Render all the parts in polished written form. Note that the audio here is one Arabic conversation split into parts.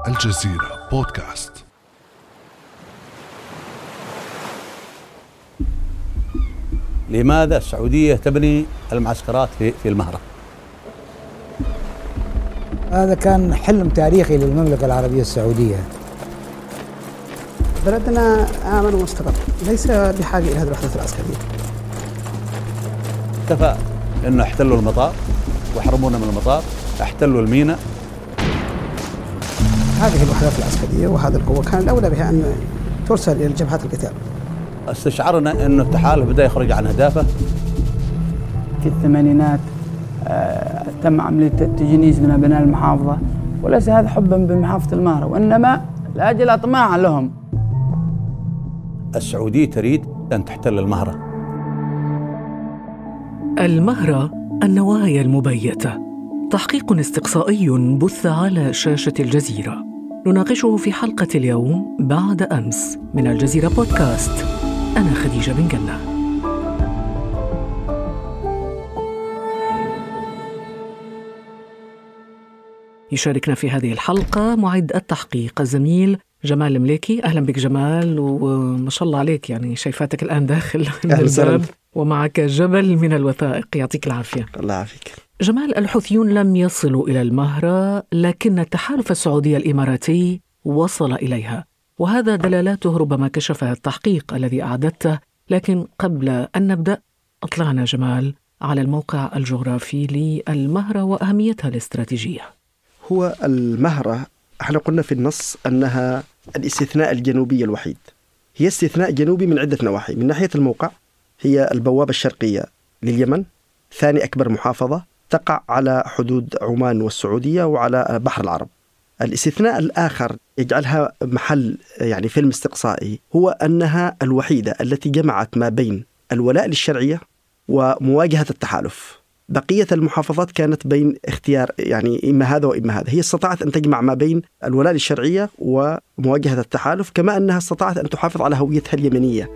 الجزيرة بودكاست. لماذا السعودية تبني المعسكرات في المهرة؟ هذا كان حلم تاريخي للمملكة العربية السعودية. بلدنا آمن ومستقر، ليس بحاجة إلى هذه الوحدات العسكرية. كفى إنه احتلوا المطار وحرمونا من المطار، احتلوا الميناء. هذه الوحدات العسكرية وهذه القوة كان الأولى بها أن ترسل إلى جبهات القتال. استشعرنا إنه التحالف بدأ يخرج عن أهدافه. في الثمانينات تم عملية التجنيس من أبناء المحافظة، وليس هذا حبا بمحافظة المهرة، وإنما لأجل أطماعا لهم. السعودية تريد أن تحتل المهرة. المهرة النوايا المبيتة، تحقيق استقصائي بث على شاشة الجزيرة، نناقشه في حلقة اليوم بعد أمس من الجزيرة بودكاست. أنا خديجة بن جنة. يشاركنا في هذه الحلقة معد التحقيق الزميل جمال المليكي. أهلا بك جمال، وما شاء الله عليك، يعني شايفاتك الآن داخل الباب ومعك جبل من الوثائق. يعطيك العافية. الله يعافيك. جمال، الحوثيون لم يصلوا إلى المهرة، لكن التحالف السعودي الإماراتي وصل إليها، وهذا دلالاته ربما كشفها التحقيق الذي أعددته. لكن قبل أن نبدأ، أطلعنا جمال على الموقع الجغرافي للمهرة وأهميتها الاستراتيجية. هو المهرة احنا قلنا في النص أنها الاستثناء الجنوبي الوحيد. هي استثناء جنوبي من عدة نواحي. من ناحية الموقع، هي البوابة الشرقية لليمن، ثاني أكبر محافظة، تقع على حدود عمان والسعودية وعلى بحر العرب. الاستثناء الآخر يجعلها محل يعني فيلم استقصائي، هو أنها الوحيدة التي جمعت ما بين الولاء للشرعية ومواجهة التحالف. بقية المحافظات كانت بين اختيار، يعني إما هذا وإما هذا. هي استطاعت أن تجمع ما بين الولاء للشرعية ومواجهة التحالف، كما أنها استطاعت أن تحافظ على هويتها اليمنية.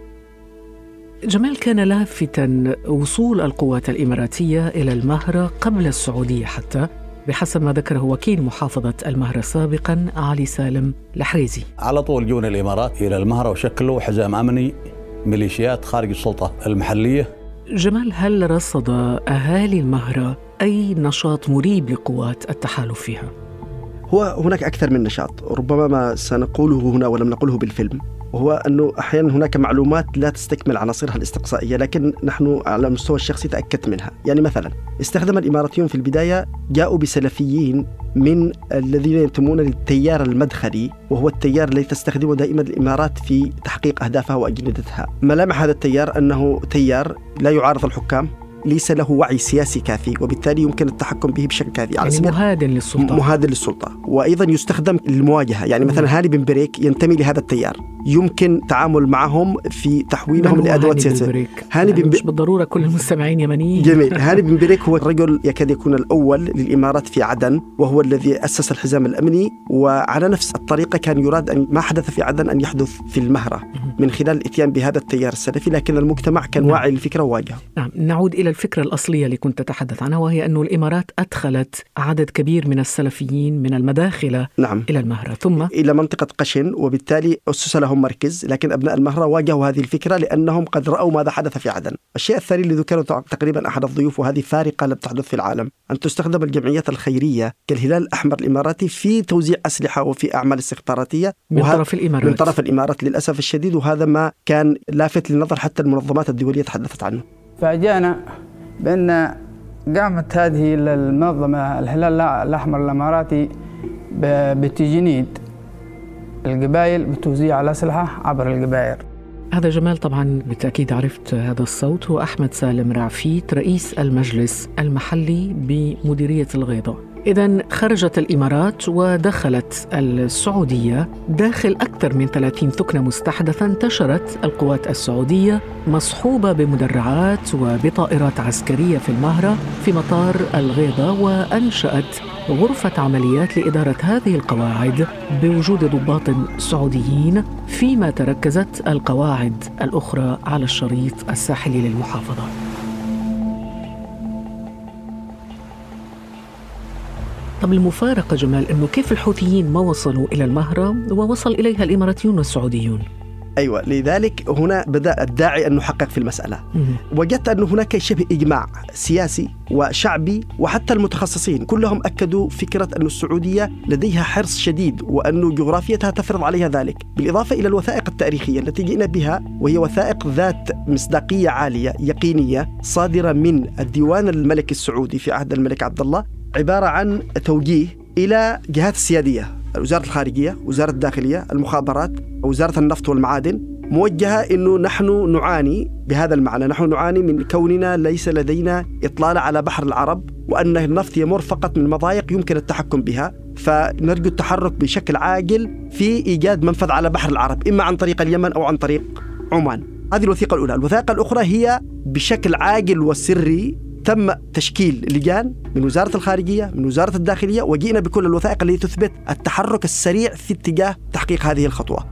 جمال، كان لافتا وصول القوات الإماراتية إلى المهرة قبل السعودية حتى، بحسب ما ذكره وكيل محافظة المهرة سابقا علي سالم الحريزي. على طول جون الإمارات إلى المهرة وشكلوا حزام أمني، ميليشيات خارج السلطة المحلية. جمال، هل رصد أهالي المهرة أي نشاط مريب لقوات التحالف فيها؟ هناك أكثر من نشاط، ربما ما سنقوله هنا ولم نقله بالفيلم، وهو أنه أحيانا هناك معلومات لا تستكمل عناصرها الاستقصائية، لكن نحن على المستوى الشخصي تأكدت منها. يعني مثلا استخدم الإماراتيون في البداية، جاءوا بسلفيين من الذين ينتمون للتيار المدخلي، وهو التيار الذي تستخدمه دائما الإمارات في تحقيق أهدافها وأجندتها. ملامح هذا التيار أنه تيار لا يعارض الحكام، ليس له وعي سياسي كافي، وبالتالي يمكن التحكم به بشكل كافي. يعني مهاد للسلطة، وأيضا يستخدم للمواجهة. يعني مثلا هاني بن بريك ينتمي لهذا التيار، يمكن تعامل معهم في تحويلهم لأدوات سياسية. مش بالضرورة كل المستمعين يمنيين. جميل. هاني بن بريك هو الرجل يكاد يكون الأول للإمارات في عدن، وهو الذي أسس الحزام الأمني، وعلى نفس الطريقة كان يراد أن ما حدث في عدن أن يحدث في المهرة من خلال الإتيان بهذا التيار السلفي، لكن المجتمع كان واعي للفكرة وواجهه. نعم، نعود إلى الفكرة الأصلية اللي كنت تتحدث عنها، وهي أن الإمارات أدخلت عدد كبير من السلفيين من المداخلة إلى المهرة ثم إلى منطقة قشن، وبالتالي أسس لهم مركز. لكن أبناء المهرة واجهوا هذه الفكرة لأنهم قد رأوا ماذا حدث في عدن. الشيء الثاني اللي ذكره تقريبا أحد الضيوف، وهذه فارقة لم تحدث في العالم، أن تستخدم الجمعيات الخيرية كالهلال الأحمر الإماراتي في توزيع أسلحة وفي أعمال استخباراتية من طرف الإمارات للأسف الشديد، وهذا ما كان لافت للنظر، حتى المنظمات الدولية تحدثت عنه. فأجانا بأن قامت هذه المنظمة الهلال الأحمر الإماراتي بتجنيد القبائل بتوزيع الأسلحة عبر القبائل. هذا جمال طبعا بالتأكيد عرفت هذا الصوت، هو أحمد سالم رعفيت رئيس المجلس المحلي بمديرية الغيضة. إذن خرجت الإمارات ودخلت السعودية داخل أكثر من 30 ثكنة مستحدثة. انتشرت القوات السعودية مصحوبة بمدرعات وبطائرات عسكرية في المهرة في مطار الغيضة، وأنشأت غرفة عمليات لإدارة هذه القواعد بوجود ضباط سعوديين، فيما تركزت القواعد الأخرى على الشريط الساحلي للمحافظة. طب المفارقة جمال أنه كيف الحوثيين ما وصلوا إلى المهرة ووصل إليها الإماراتيون والسعوديون؟ أيوة، لذلك هنا بدأ الداعي أن نحقق في المسألة. وجدت أن هناك شبه إجماع سياسي وشعبي، وحتى المتخصصين كلهم أكدوا فكرة أن السعودية لديها حرص شديد وأن جغرافيتها تفرض عليها ذلك، بالإضافة إلى الوثائق التاريخية التي جئنا بها، وهي وثائق ذات مصداقية عالية يقينية صادرة من الديوان الملكي السعودي في عهد الملك عبد الله، عبارة عن توجيه إلى جهات السيادية، وزارة الخارجية، وزارة الداخلية، المخابرات، وزارة النفط والمعادن، موجهة أنه نحن نعاني بهذا المعنى، نحن نعاني من كوننا ليس لدينا إطلال على بحر العرب، وأن النفط يمر فقط من مضايق يمكن التحكم بها، فنرجو التحرك بشكل عاجل في إيجاد منفذ على بحر العرب، إما عن طريق اليمن أو عن طريق عمان. هذه الوثيقة الأولى. الوثيقة الأخرى هي بشكل عاجل وسري تم تشكيل لجان من وزارة الخارجية، من وزارة الداخلية، وجئنا بكل الوثائق التي تثبت التحرك السريع في اتجاه تحقيق هذه الخطوة.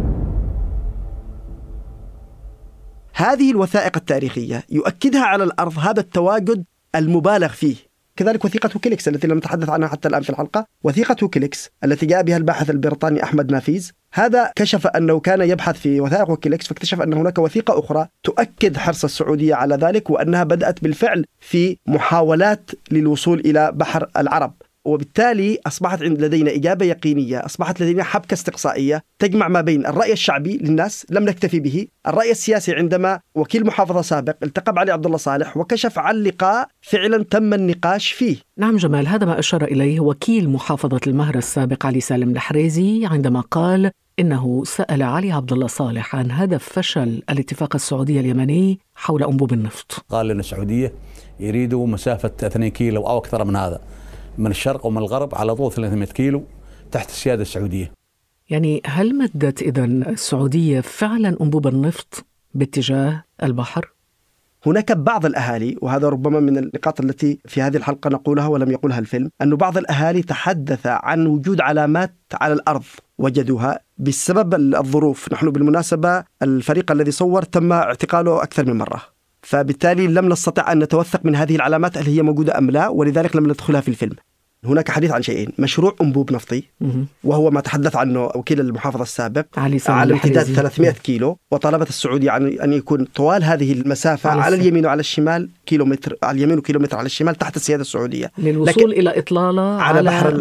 هذه الوثائق التاريخية يؤكدها على الأرض هذا التواجد المبالغ فيه. كذلك وثيقة ويكيليكس التي لم نتحدث عنها حتى الآن في الحلقة. وثيقة ويكيليكس التي جاء بها الباحث البريطاني أحمد نافيز، هذا كشف أنه كان يبحث في وثائق ويكيليكس، فاكتشف أن هناك وثيقة أخرى تؤكد حرص السعودية على ذلك، وأنها بدأت بالفعل في محاولات للوصول إلى بحر العرب. وبالتالي أصبحت لدينا إجابة يقينية، أصبحت لدينا حبكة استقصائية تجمع ما بين الرأي الشعبي للناس، لم نكتفي به، الرأي السياسي عندما وكيل محافظة سابق التقى بعلي عبد الله صالح وكشف عن لقاء فعلا تم النقاش فيه. نعم جمال، هذا ما أشار إليه وكيل محافظة المهرة السابق علي سالم الحريزي عندما قال إنه سأل علي عبد الله صالح عن هدف فشل الاتفاق السعودي اليمني حول أنبوب النفط. قال لأن السعودية يريدوا مسافة 2 كيلو أو أكثر من هذا من الشرق ومن الغرب على طول 300 كيلو تحت السيادة السعودية. يعني هل مدت إذن السعودية فعلا أنبوب النفط باتجاه البحر؟ هناك بعض الأهالي، وهذا ربما من النقاط التي في هذه الحلقة نقولها ولم يقولها الفيلم، أن بعض الأهالي تحدث عن وجود علامات على الأرض وجدوها بسبب الظروف. نحن بالمناسبة الفريق الذي صور تم اعتقاله أكثر من مرة، فبالتالي لم نستطع أن نتوثق من هذه العلامات هل هي موجودة أم لا، ولذلك لم ندخلها في الفيلم. هناك حديث عن شيئين: مشروع أنبوب نفطي وهو ما تحدث عنه وكيل المحافظة السابق على امتداد 300 كيلو، وطلبت السعودية عن أن يكون طوال هذه المسافة على اليمين وعلى الشمال كيلومتر على اليمين وكيلومتر على الشمال تحت السيادة السعودية، للوصول إلى إطلالة على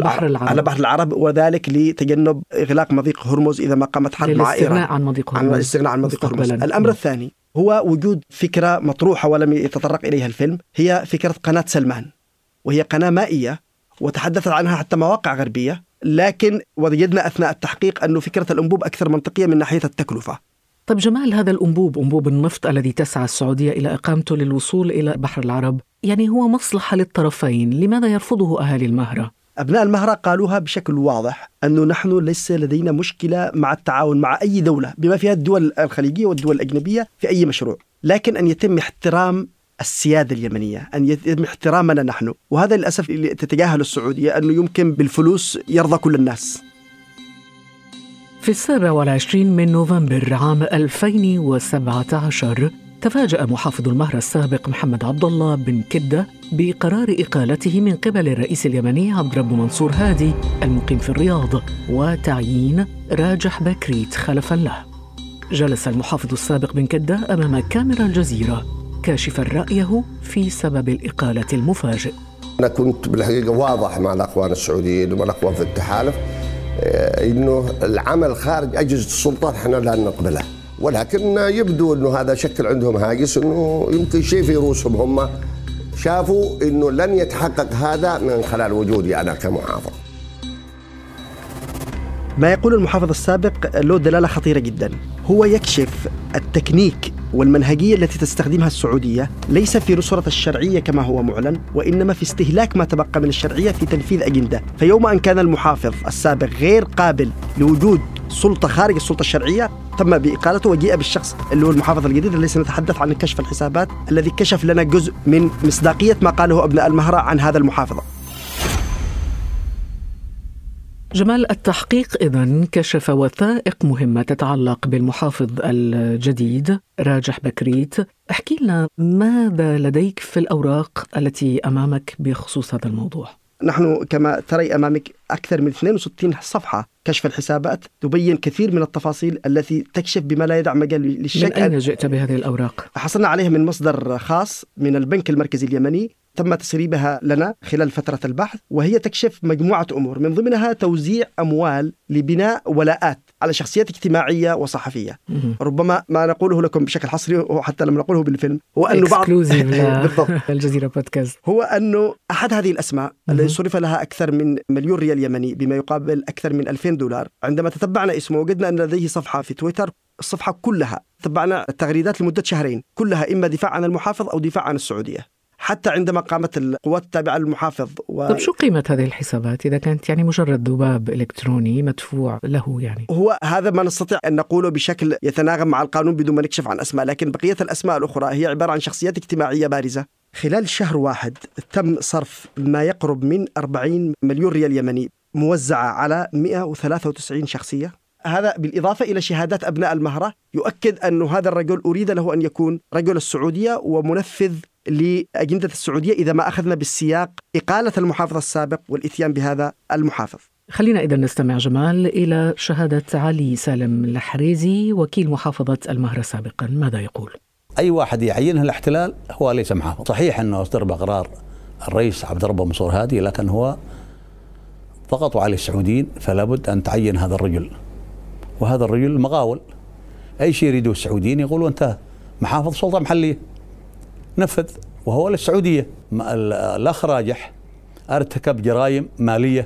بحر العرب، وذلك لتجنب إغلاق مضيق هرمز إذا ما قامت حرب مع إيران، الاستغناء عن مضيق هرمز. الأمر الثاني هو وجود فكرة مطروحة ولم يتطرق إليها الفيلم، هي فكرة قناة سلمان، وهي قناة مائية وتحدثت عنها حتى مواقع غربية، لكن وجدنا أثناء التحقيق أن فكرة الأنبوب أكثر منطقية من ناحية التكلفة. طيب جمال، هذا الأنبوب، أنبوب النفط الذي تسعى السعودية إلى إقامته للوصول إلى بحر العرب، يعني هو مصلحة للطرفين، لماذا يرفضه أهالي المهرة؟ أبناء المهرة قالوها بشكل واضح أنه نحن ليس لدينا مشكلة مع التعاون مع أي دولة بما فيها الدول الخليجية والدول الأجنبية في أي مشروع، لكن أن يتم احترام السيادة اليمنية، أن يتم احترامنا نحن. وهذا للأسف اللي تتجاهل السعودية، أنه يمكن بالفلوس يرضى كل الناس. في 27 من نوفمبر عام 2017 تفاجأ محافظ المهرة السابق محمد عبد الله بن كدة بقرار إقالته من قبل الرئيس اليمني عبد رب منصور هادي المقيم في الرياض، وتعيين راجح بكريت خلفا له. جلس المحافظ السابق بن كدة أمام كاميرا الجزيرة كاشفا رأيه في سبب الإقالة المفاجئ. أنا كنت بالحقيقة واضح مع الأخوان السعوديين والأخوان في التحالف إنه العمل خارج أجهزة السلطة إحنا لا نقبله، ولكن يبدو إنه هذا شكل عندهم هاجس، إنه يمكن شيء في رؤوسهم هم شافوا إنه لن يتحقق هذا من خلال وجودي أنا كمحافظ. ما يقول المحافظ السابق له دلالة خطيرة جدا، هو يكشف التكنيك والمنهجية التي تستخدمها السعودية ليس في صورة الشرعية كما هو معلن، وإنما في استهلاك ما تبقى من الشرعية في تنفيذ أجندة. فيوم أن كان المحافظ السابق غير قابل لوجود سلطة خارج السلطة الشرعية تم بإقالته، وجيء بالشخص اللي هو المحافظ الجديد الذي سنتحدث عن كشف الحسابات الذي كشف لنا جزء من مصداقية ما قاله أبناء المهرة عن هذا المحافظ. جمال، التحقيق إذن كشف وثائق مهمة تتعلق بالمحافظ الجديد راجح بكريت. احكي لنا ماذا لديك في الأوراق التي أمامك بخصوص هذا الموضوع؟ نحن كما ترى أمامك أكثر من 62 صفحة كشف الحسابات تبين كثير من التفاصيل التي تكشف بما لا يدع مجال للشك. من أين جئت بهذه الأوراق؟ حصلنا عليها من مصدر خاص من البنك المركزي اليمني، تم تسريبها لنا خلال فترة البحث، وهي تكشف مجموعة أمور من ضمنها توزيع أموال لبناء ولاءات على شخصيات اجتماعية وصحفية. ربما ما نقوله لكم بشكل حصري وحتى لم نقوله بالفيلم هو أنه بعض الجزيرة بودكاست هو أنه أحد هذه الأسماء التي صرف لها أكثر من 1,000,000 ريال يمني بما يقابل أكثر من $2,000، عندما تتبعنا اسمه وجدنا أن لديه صفحة في تويتر، الصفحة كلها تبعنا التغريدات لمدة شهرين، كلها إما دفاع عن المحافظ أو دفاع عن السعودية. حتى عندما قامت القوات التابعة للمحافظ طب شو قيمة هذه الحسابات إذا كانت يعني مجرد ذباب إلكتروني مدفوع له؟ يعني هو هذا ما نستطيع أن نقوله بشكل يتناغم مع القانون بدون ما نكشف عن أسماء، لكن بقية الأسماء الأخرى هي عبارة عن شخصيات اجتماعية بارزة. خلال شهر واحد تم صرف ما يقرب من 40 مليون ريال يمني موزعة على 193 شخصية. هذا بالإضافة إلى شهادات أبناء المهرة يؤكد أن هذا الرجل أريد له أن يكون رجل السعودية ومنفذ لأجندة السعودية إذا ما أخذنا بالسياق إقالة المحافظ السابق والإتيان بهذا المحافظ. خلينا إذا نستمع جمال إلى شهادة علي سالم الحريزي وكيل محافظة المهرة سابقا، ماذا يقول؟ أي واحد يعينه الاحتلال هو ليس محافظ. صحيح أنه أصدر بقرار الرئيس عبد الرب منصور هادي، لكن هو ضغطوا على السعوديين فلا بد أن تعين هذا الرجل، وهذا الرجل مغاول. أي شيء يريدوا السعوديين يقولوا أنت محافظ سلطة محلية نفذ، وهو للسعودية. الأخ راجح ارتكب جرائم مالية،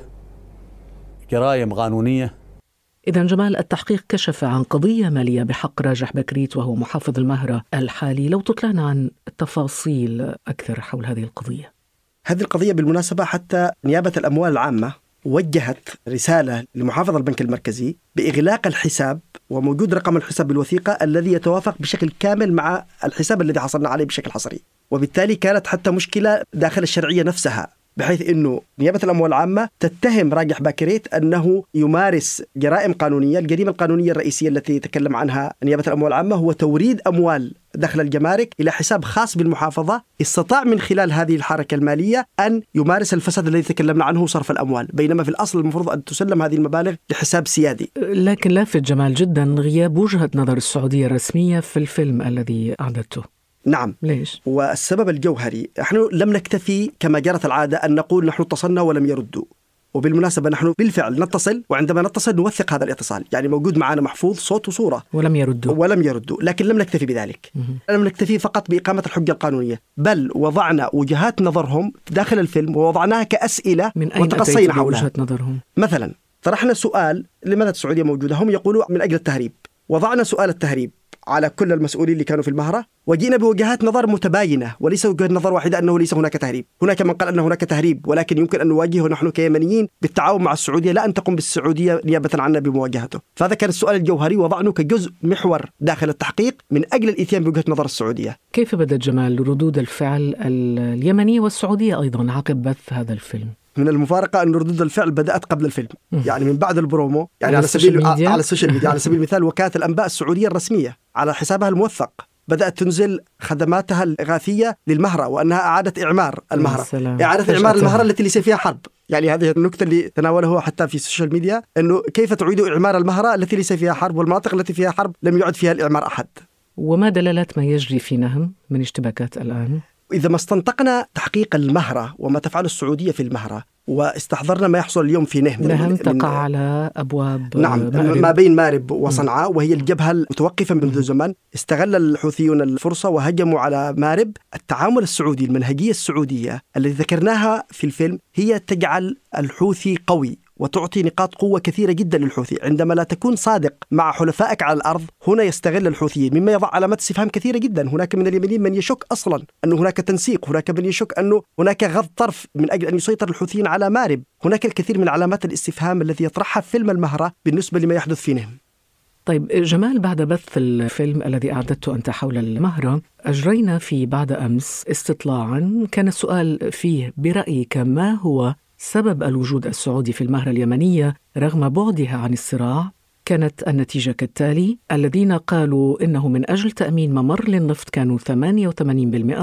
جرائم قانونية. إذن جمال، التحقيق كشف عن قضية مالية بحق راجح بكريت وهو محافظ المهرة الحالي. لو تطلعنا عن تفاصيل أكثر حول هذه القضية. هذه القضية بالمناسبة حتى نيابة الأموال العامة وجهت رسالة لمحافظ البنك المركزي بإغلاق الحساب وموجود رقم الحساب بالوثيقة الذي يتوافق بشكل كامل مع الحساب الذي حصلنا عليه بشكل حصري، وبالتالي كانت حتى مشكلة داخل الشرعية نفسها، بحيث أنه نيابة الأموال العامة تتهم راجح باكريت أنه يمارس جرائم قانونية. الجريمة القانونية الرئيسية التي تكلم عنها نيابة الأموال العامة هو توريد أموال داخل الجمارك إلى حساب خاص بالمحافظة، استطاع من خلال هذه الحركة المالية أن يمارس الفساد الذي تكلمنا عنه، صرف الأموال، بينما في الأصل المفروض أن تسلم هذه المبالغ لحساب سيادي. لكن لافت جمال جدا غياب وجهة نظر السعودية الرسمية في الفيلم الذي أعددته. نعم. ليش؟ والسبب الجوهري، نحن لم نكتفي كما جرت العادة أن نقول نحن اتصلنا ولم يردوا، وبالمناسبة نحن بالفعل نتصل، وعندما نتصل نوثق هذا الاتصال، يعني موجود معنا محفوظ صوت وصورة، ولم يردوا. لكن لم نكتفي بذلك. لم نكتفي فقط بإقامة الحجة القانونية، بل وضعنا وجهات نظرهم داخل الفيلم ووضعناها كأسئلة وتقصينا حولها. وجهة نظرهم مثلا طرحنا سؤال: لماذا السعودية موجودة؟ هم يقولوا من أجل التهريب. وضعنا سؤال التهريب على كل المسؤولين اللي كانوا في المهرة، وجينا بوجهات نظر متباينة وليس وجهة نظر واحدة أنه ليس هناك تهريب. هناك من قال أن هناك تهريب، ولكن يمكن أن نواجهه نحن كيمنيين بالتعاون مع السعودية، لا أن تقوم بالسعودية نيابة عنا بمواجهته. فهذا كان السؤال الجوهري، وضعناه كجزء محور داخل التحقيق من أجل الإتيان بوجهة نظر السعودية. كيف بدت جمال ردود الفعل اليمنية والسعودية أيضا عقب بث هذا الفيلم؟ من المفارقة أن ردود الفعل بدأت قبل الفيلم، يعني من بعد البرومو، يعني على السوشيال ميديا. على سبيل المثال وكالة الأنباء السعودية الرسمية على حسابها الموثق بدأت تنزل خدماتها الإغاثية للمهرة، وأنها إعادة إعمار المهرة، إعادة إعمار المهرة التي ليس فيها حرب. يعني هذه النكتة اللي تناوله حتى في السوشيال ميديا، أنه كيف تعيد إعمار المهرة التي ليس فيها حرب، والمناطق التي فيها حرب لم يعد فيها الإعمار أحد. وما دلالات ما يجري في نهم من اشتباكات الآن؟ إذا ما استنطقنا تحقيق المهرة وما تفعله السعودية في المهرة، واستحضرنا ما يحصل اليوم في نهم تقع على أبواب مأرب، ما بين مأرب وصنعاء، وهي الجبهة المتوقفة منذ زمن. استغل الحوثيون الفرصة وهجموا على مأرب. التعامل السعودي، المنهجية السعودية التي ذكرناها في الفيلم، هي تجعل الحوثي قوي وتعطي نقاط قوة كثيرة جدا للحوثي. عندما لا تكون صادق مع حلفائك على الأرض، هنا يستغل الحوثيين، مما يضع علامات استفهام كثيرة جدا. هناك من اليمنيين من يشك أصلا أن هناك تنسيق، هناك من يشك أنه هناك غض طرف من أجل أن يسيطر الحوثيين على مأرب. هناك الكثير من علامات الاستفهام التي يطرحها فيلم المهرة بالنسبة لما يحدث في نهم. طيب جمال، بعد بث الفيلم الذي أعددته أنت حول المهرة، أجرينا في بعد أمس استطلاعا كان السؤال فيه برأيك ما هو سبب الوجود السعودي في المهرة اليمنية رغم بعدها عن الصراع. كانت النتيجة كالتالي: الذين قالوا إنه من أجل تأمين ممر للنفط كانوا 88%،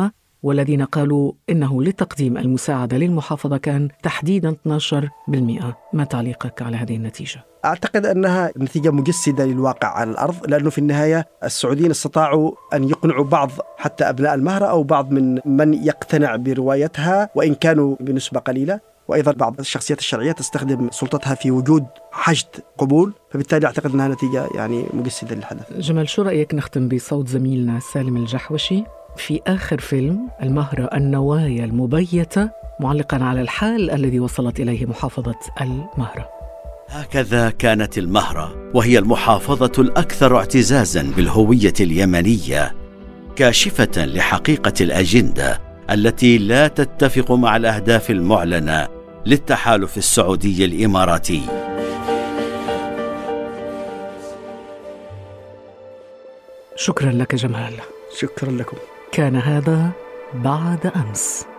والذين قالوا إنه لتقديم المساعدة للمحافظة كان تحديدا 12%. ما تعليقك على هذه النتيجة؟ أعتقد أنها نتيجة مجسدة للواقع على الأرض، لأنه في النهاية السعوديين استطاعوا أن يقنعوا بعض حتى أبناء المهرة أو بعض من يقتنع بروايتها وإن كانوا بنسبة قليلة، وأيضا بعض الشخصيات الشرعية تستخدم سلطتها في وجود حشد قبول، فبالتالي أعتقد أنها نتيجة مجسدة للحدث. جمال، شو رأيك نختم بصوت زميلنا سالم الجحوشي في آخر فيلم المهرة النوايا المبيتة، معلقا على الحال الذي وصلت إليه محافظة المهرة؟ هكذا كانت المهرة، وهي المحافظة الأكثر اعتزازا بالهوية اليمنية، كاشفة لحقيقة الأجندة التي لا تتفق مع الأهداف المعلنة للتحالف السعودي الإماراتي. شكرا لك جمال. شكرا لكم. كان هذا بعد أمس.